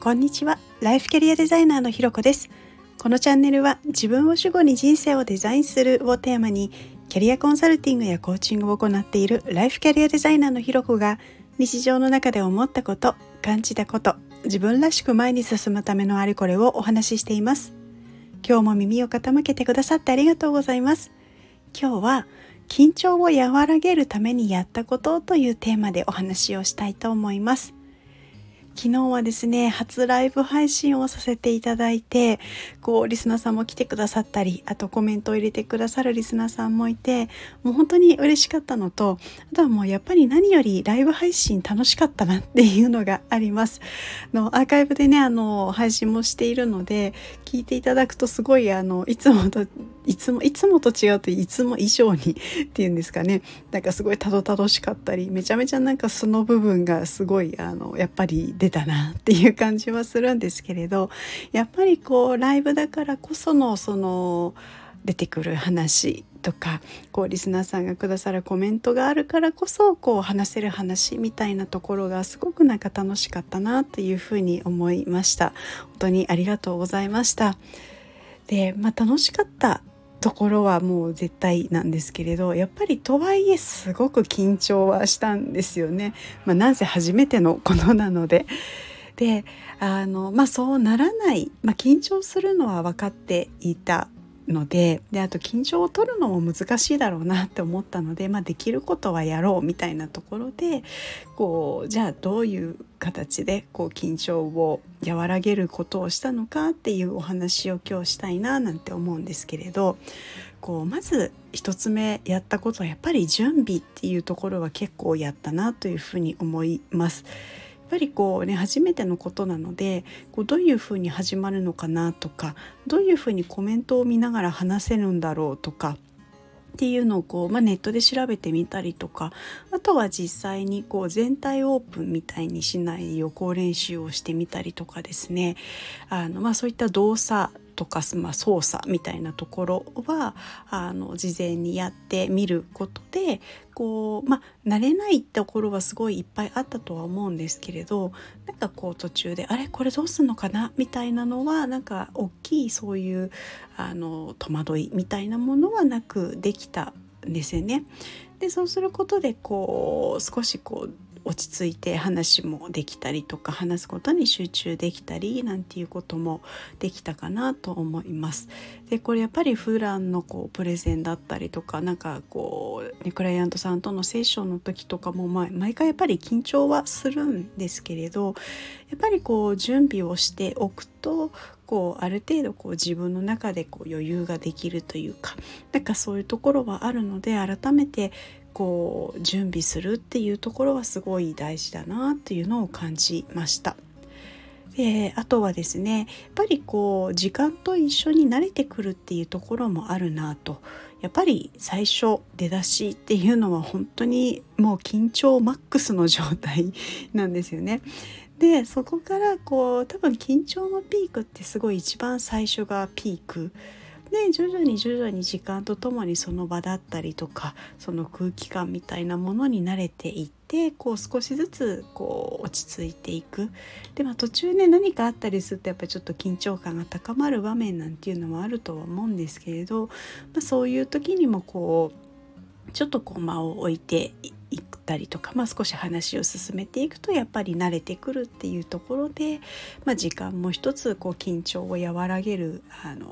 こんにちは。ライフキャリアデザイナーのひろこです。このチャンネルは自分を主語に人生をデザインするをテーマにキャリアコンサルティングやコーチングを行っているライフキャリアデザイナーのひろこが日常の中で思ったこと、感じたこと、自分らしく前に進むためのあれこれをお話ししています。今日も耳を傾けてくださってありがとうございます。今日は緊張を和らげるためにやったことというテーマでお話をしたいと思います。昨日はですね、初ライブ配信をさせていただいて、リスナーさんも来てくださったり、あとコメントを入れてくださるリスナーさんもいて、もう本当に嬉しかったのと、あとはもうやっぱり何よりライブ配信楽しかったなっていうのがあります。アーカイブでね、配信もしているので、聞いていただくとすごいいつもと違うといつも以上にっていうんですかね、なんかすごいたどたどしかったり、めちゃめちゃなんかその部分がすごいやっぱり出たなっていう感じはするんですけれど、やっぱりライブだからこそのその出てくる話とかリスナーさんがくださるコメントがあるからこそ話せる話みたいなところがすごくなんか楽しかったなというふうに思いました。本当にありがとうございました。で、楽しかったところはもう絶対なんですけれど、やっぱりとはいえすごく緊張はしたんですよね。なんせ初めてのことなので。で、そうならない、緊張するのは分かっていたので、あと緊張を取るのも難しいだろうなって思ったので、できることはやろうみたいなところで、じゃあどういう形で緊張を和らげることをしたのかっていうお話を今日したいななんて思うんですけれど、まず一つ目やったことはやっぱり準備っていうところは結構やったなというふうに思います。やっぱり初めてのことなので、どういうふうに始まるのかなとか、どういうふうにコメントを見ながら話せるんだろうとかっていうのをネットで調べてみたりとか、あとは実際に全体オープンみたいにしない予行練習をしてみたりとかですね、そういった動作とか操作みたいなところは事前にやってみることで慣れないところはすごいいっぱいあったとは思うんですけれど、なんか途中であれこれどうすんのかなみたいなのはなんか大きいそういう戸惑いみたいなものはなくできたんですよね。でそうすることで少し落ち着いて話もできたりとか、話すことに集中できたりなんていうこともできたかなと思います。でこれやっぱり普段のプレゼンだったりとか、なんかクライアントさんとのセッションの時とかも毎回やっぱり緊張はするんですけれど、やっぱり準備をしておくとある程度自分の中で余裕ができるというか、なんかそういうところはあるので、改めて準備するっていうところはすごい大事だなっていうのを感じました。であとはですね、やっぱり時間と一緒に慣れてくるっていうところもあるなと。やっぱり最初出だしっていうのは本当にもう緊張マックスの状態なんですよね。でそこから多分緊張のピークってすごい一番最初がピークで、徐々に時間とともにその場だったりとかその空気感みたいなものに慣れていって、少しずつ落ち着いていく。で途中ね何かあったりするとやっぱりちょっと緊張感が高まる場面なんていうのもあるとは思うんですけれど、そういう時にもちょっと間を置いていったりとか、少し話を進めていくとやっぱり慣れてくるっていうところで、時間も一つ緊張を和らげる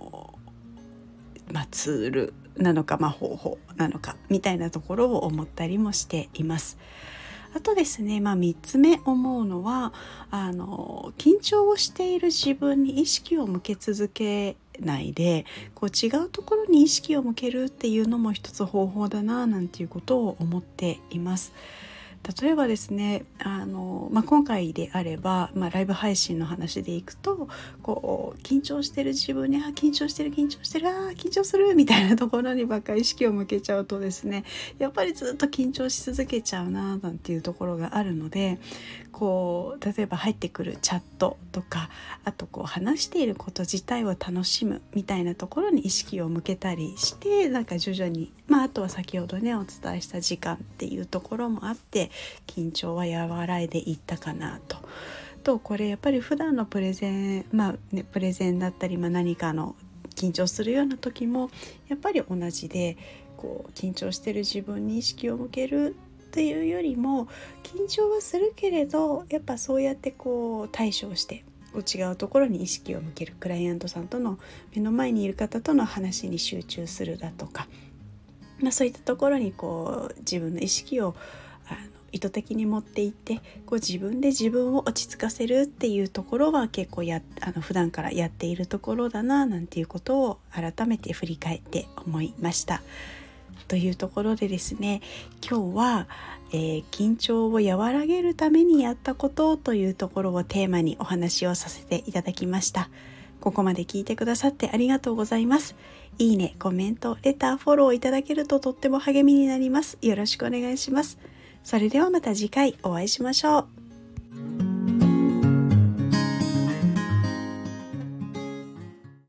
ツールなのか、方法なのかみたいなところを思ったりもしています。あとですね、3つ目思うのは緊張をしている自分に意識を向け続けないで違うところに意識を向けるっていうのも一つ方法だななんていうことを思っています。例えばですね、今回であれば、ライブ配信の話でいくと緊張してる自分に緊張してる緊張するみたいなところにばっかり意識を向けちゃうとですね、やっぱりずっと緊張し続けちゃうななんていうところがあるので、例えば入ってくるチャットとか、あと話していること自体を楽しむみたいなところに意識を向けたりして、なんか徐々に、あとは先ほどねお伝えした時間っていうところもあって緊張は和らいでいったかなと。 と、これやっぱり普段のプレゼン、プレゼンだったり、何かの緊張するような時もやっぱり同じで、緊張してる自分に意識を向けるっていうよりも、緊張はするけれどやっぱそうやって対処して違うところに意識を向ける、クライアントさんとの目の前にいる方との話に集中するだとか、そういったところに自分の意識を意図的に持っていって、自分で自分を落ち着かせるっていうところは結構普段からやっているところだななんていうことを改めて振り返って思いました。というところでですね、今日は、緊張を和らげるためにやったことというところをテーマにお話をさせていただきました。ここまで聞いてくださってありがとうございます。いいね、コメント、レター、フォローいただけるととっても励みになります。よろしくお願いします。それではまた次回お会いしましょう。